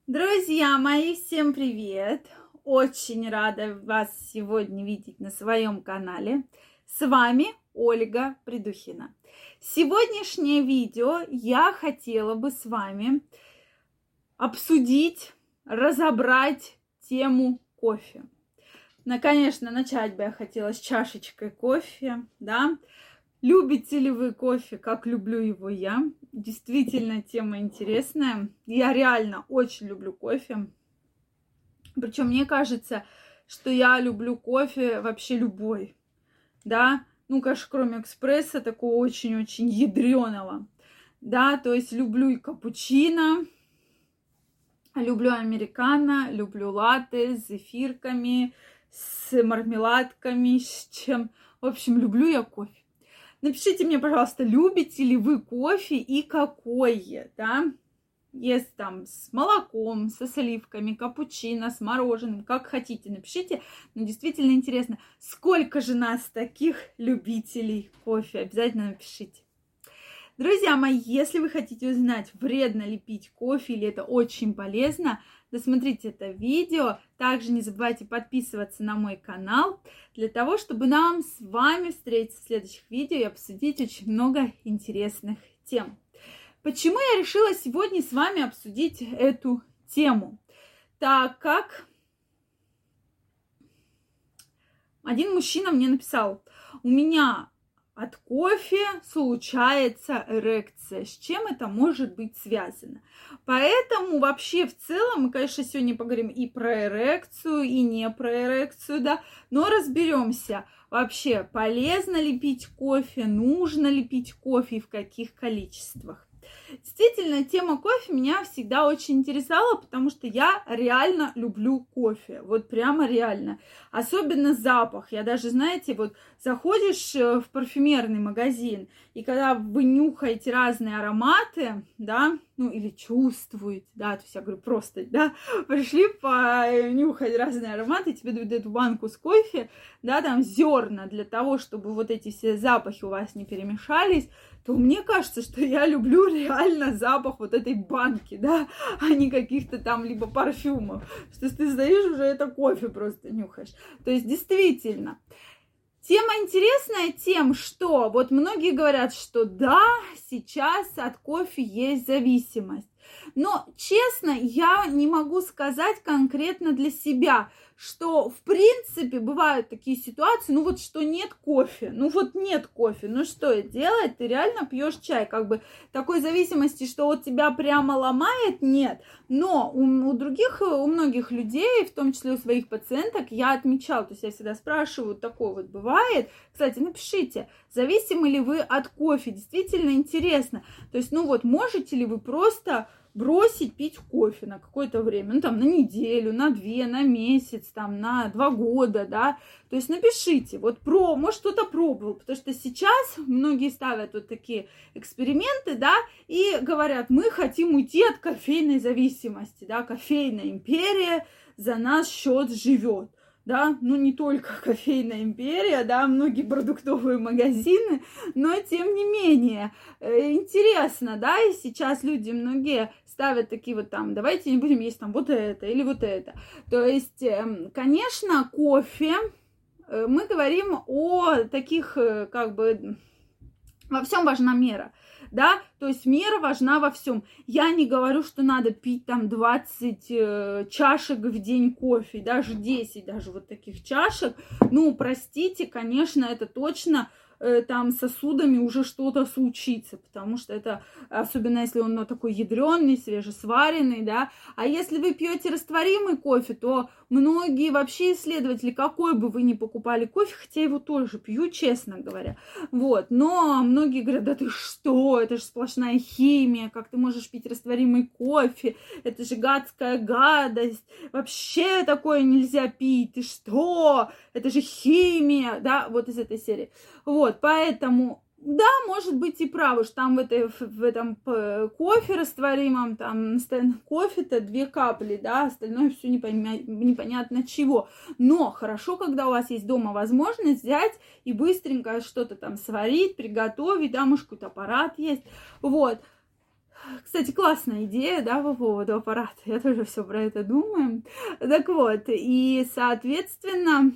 Друзья мои, всем привет! Очень рада вас сегодня видеть на своем канале. С вами Ольга Придухина. Сегодняшнее видео я хотела бы с вами обсудить, разобрать тему кофе. Конечно, начать бы я хотела с чашечкой кофе, да. Любите ли вы кофе, как люблю его я? Действительно, тема интересная. Я реально очень люблю кофе. Причем мне кажется, что я люблю кофе вообще любой. Да, конечно, кроме экспресса, такого очень-очень ядреного. Да, то есть люблю и капучино, люблю американо, люблю латте с зефирками, с мармеладками, с чем. В общем, люблю я кофе. Напишите мне, пожалуйста, любите ли вы кофе и какое, да? Есть там с молоком, со сливками, капучино, с мороженым, как хотите, напишите. Но действительно интересно, сколько же нас таких любителей кофе? Обязательно напишите. Друзья мои, если вы хотите узнать, вредно ли пить кофе или это очень полезно, досмотрите это видео. Также не забывайте подписываться на мой канал, для того, чтобы нам с вами встретиться в следующих видео и обсудить очень много интересных тем. Почему я решила сегодня с вами обсудить эту тему? Так как один мужчина мне написал: у меня от кофе случается эрекция. С чем это может быть связано? Поэтому вообще в целом мы, конечно, сегодня поговорим и про эрекцию, и не про эрекцию, да, но разберемся вообще, полезно ли пить кофе, нужно ли пить кофе и в каких количествах. Действительно, тема кофе меня всегда очень интересовала, потому что я реально люблю кофе. Вот прямо реально. Особенно запах. Я даже, знаете, вот заходишь в парфюмерный магазин, и когда вы нюхаете разные ароматы, да, или чувствуете, да, то есть я говорю просто, да, пришли понюхать разные ароматы, тебе дают эту банку с кофе, да, там зерна для того, чтобы вот эти все запахи у вас не перемешались, то мне кажется, что я люблю реально запах вот этой банки, да, а не каких-то там либо парфюмов. Что ты стоишь, уже это кофе просто нюхаешь. То есть действительно. Тема интересная тем, что вот многие говорят, что да, сейчас от кофе есть зависимость. Но, честно, я не могу сказать конкретно для себя, что, в принципе, бывают такие ситуации, что нет кофе, нет кофе, что делать? Ты реально пьешь чай, такой зависимости, что вот тебя прямо ломает, нет. Но у многих людей, в том числе у своих пациенток, я отмечала, то есть я всегда спрашиваю, такое вот бывает. Кстати, напишите, зависимы ли вы от кофе, действительно интересно. То есть, можете ли вы просто бросить пить кофе на какое-то время, на неделю, на 2, на месяц, на 2 года, да, то есть напишите, может, кто-то пробовал, потому что сейчас многие ставят вот такие эксперименты, да, и говорят, мы хотим уйти от кофейной зависимости, да, кофейная империя за наш счет живет. Да, не только кофейная империя, да, многие продуктовые магазины, но тем не менее интересно, да, и сейчас люди многие ставят такие давайте не будем есть вот это или вот это. То есть, конечно, кофе, мы говорим о таких, во всем важна мера. Да, то есть мера важна во всем. Я не говорю, что надо пить 20 чашек в день кофе, даже 10, даже вот таких чашек. Простите, конечно, это точно сосудами уже что-то случится, потому что это, особенно если он такой ядреный, свежесваренный, да, а если вы пьете растворимый кофе, то многие вообще исследователи, какой бы вы ни покупали кофе, хотя я его тоже пью, честно говоря, но многие говорят, да ты что, это же сплошная химия, как ты можешь пить растворимый кофе, это же гадская гадость, вообще такое нельзя пить, ты что, это же химия, да, вот из этой серии. Поэтому, да, может быть и правы, что в этом кофе растворимом, кофе-то 2 капли, да, остальное все непонятно чего. Но хорошо, когда у вас есть дома возможность взять и быстренько что-то сварить, приготовить, да, может, какой-то аппарат есть, Кстати, классная идея, да, по поводу аппарата. Я тоже все про это думаю. Так вот, и, соответственно,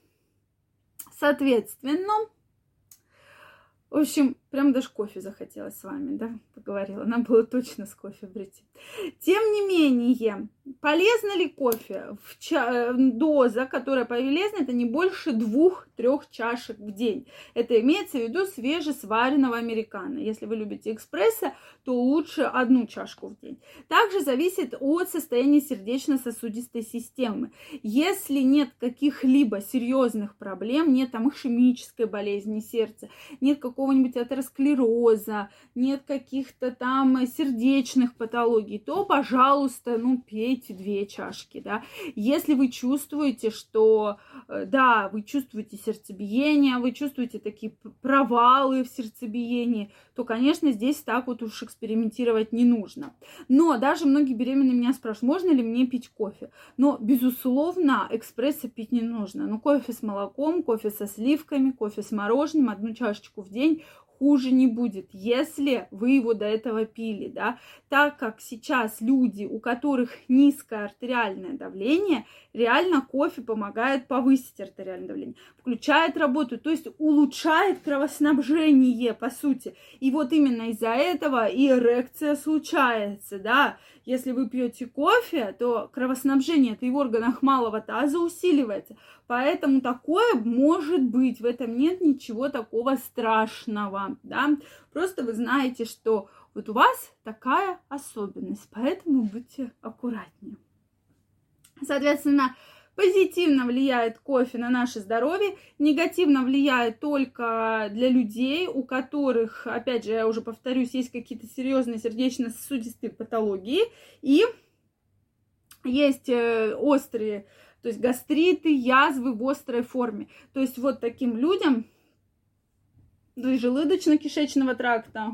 в общем, прям даже кофе захотелось с вами, да, поговорила. Нам было точно с кофе прийти. Тем не менее, полезно ли кофе? Доза, которая полезна, это не больше 2-3 чашек в день. Это имеется в виду свежесваренного американо. Если вы любите эспрессо, то лучше 1 чашку в день. Также зависит от состояния сердечно-сосудистой системы. Если нет каких-либо серьезных проблем, нет там ишемической болезни сердца, нет какого-нибудь атеросклероза, нет каких-то там сердечных патологий, то, пожалуйста, пейте 2 чашки, да. Если вы чувствуете, что, да, вы чувствуете сердцебиение, вы чувствуете такие провалы в сердцебиении, то, конечно, здесь так вот уж экспериментировать не нужно. Но даже многие беременные меня спрашивают, можно ли мне пить кофе? Но, безусловно, эспрессо пить не нужно. Кофе с молоком, кофе со сливками, кофе с мороженым, 1 чашечку в день хуже не будет, если вы его до этого пили, да, так как сейчас люди, у которых низкое артериальное давление, реально кофе помогает повысить артериальное давление, включает работу, то есть улучшает кровоснабжение, по сути. И вот именно из-за этого и эрекция случается, да. Если вы пьете кофе, то кровоснабжение в органах малого таза усиливается. Поэтому такое может быть, в этом нет ничего такого страшного, да. Просто вы знаете, что вот у вас такая особенность, поэтому будьте аккуратнее. Соответственно, позитивно влияет кофе на наше здоровье, негативно влияет только для людей, у которых, опять же, я уже повторюсь, есть какие-то серьезные сердечно-сосудистые патологии и есть острые, то есть гастриты, язвы в острой форме. То есть вот таким людям желудочно-кишечного тракта,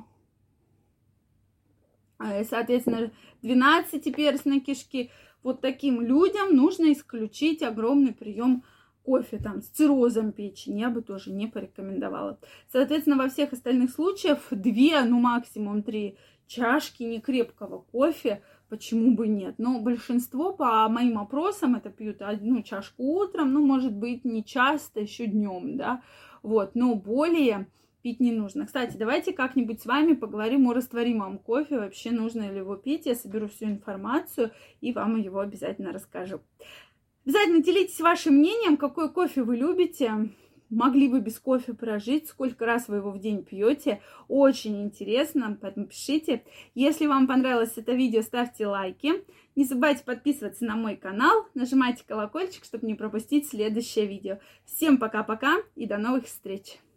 соответственно, 12-перстной кишки, вот таким людям нужно исключить огромный прием кофе, там, с циррозом печени, я бы тоже не порекомендовала. Соответственно, во всех остальных случаях 2, максимум 3 чашки некрепкого кофе, почему бы нет. Но большинство, по моим опросам, это пьют 1 чашку утром, может быть, не часто, еще днем, да, вот, но более пить не нужно. Кстати, давайте как-нибудь с вами поговорим о растворимом кофе, вообще нужно ли его пить, я соберу всю информацию и вам его обязательно расскажу. Обязательно делитесь вашим мнением, какой кофе вы любите, могли бы без кофе прожить, сколько раз вы его в день пьете, очень интересно, поэтому пишите. Если вам понравилось это видео, ставьте лайки, не забывайте подписываться на мой канал, нажимайте колокольчик, чтобы не пропустить следующее видео. Всем пока-пока и до новых встреч!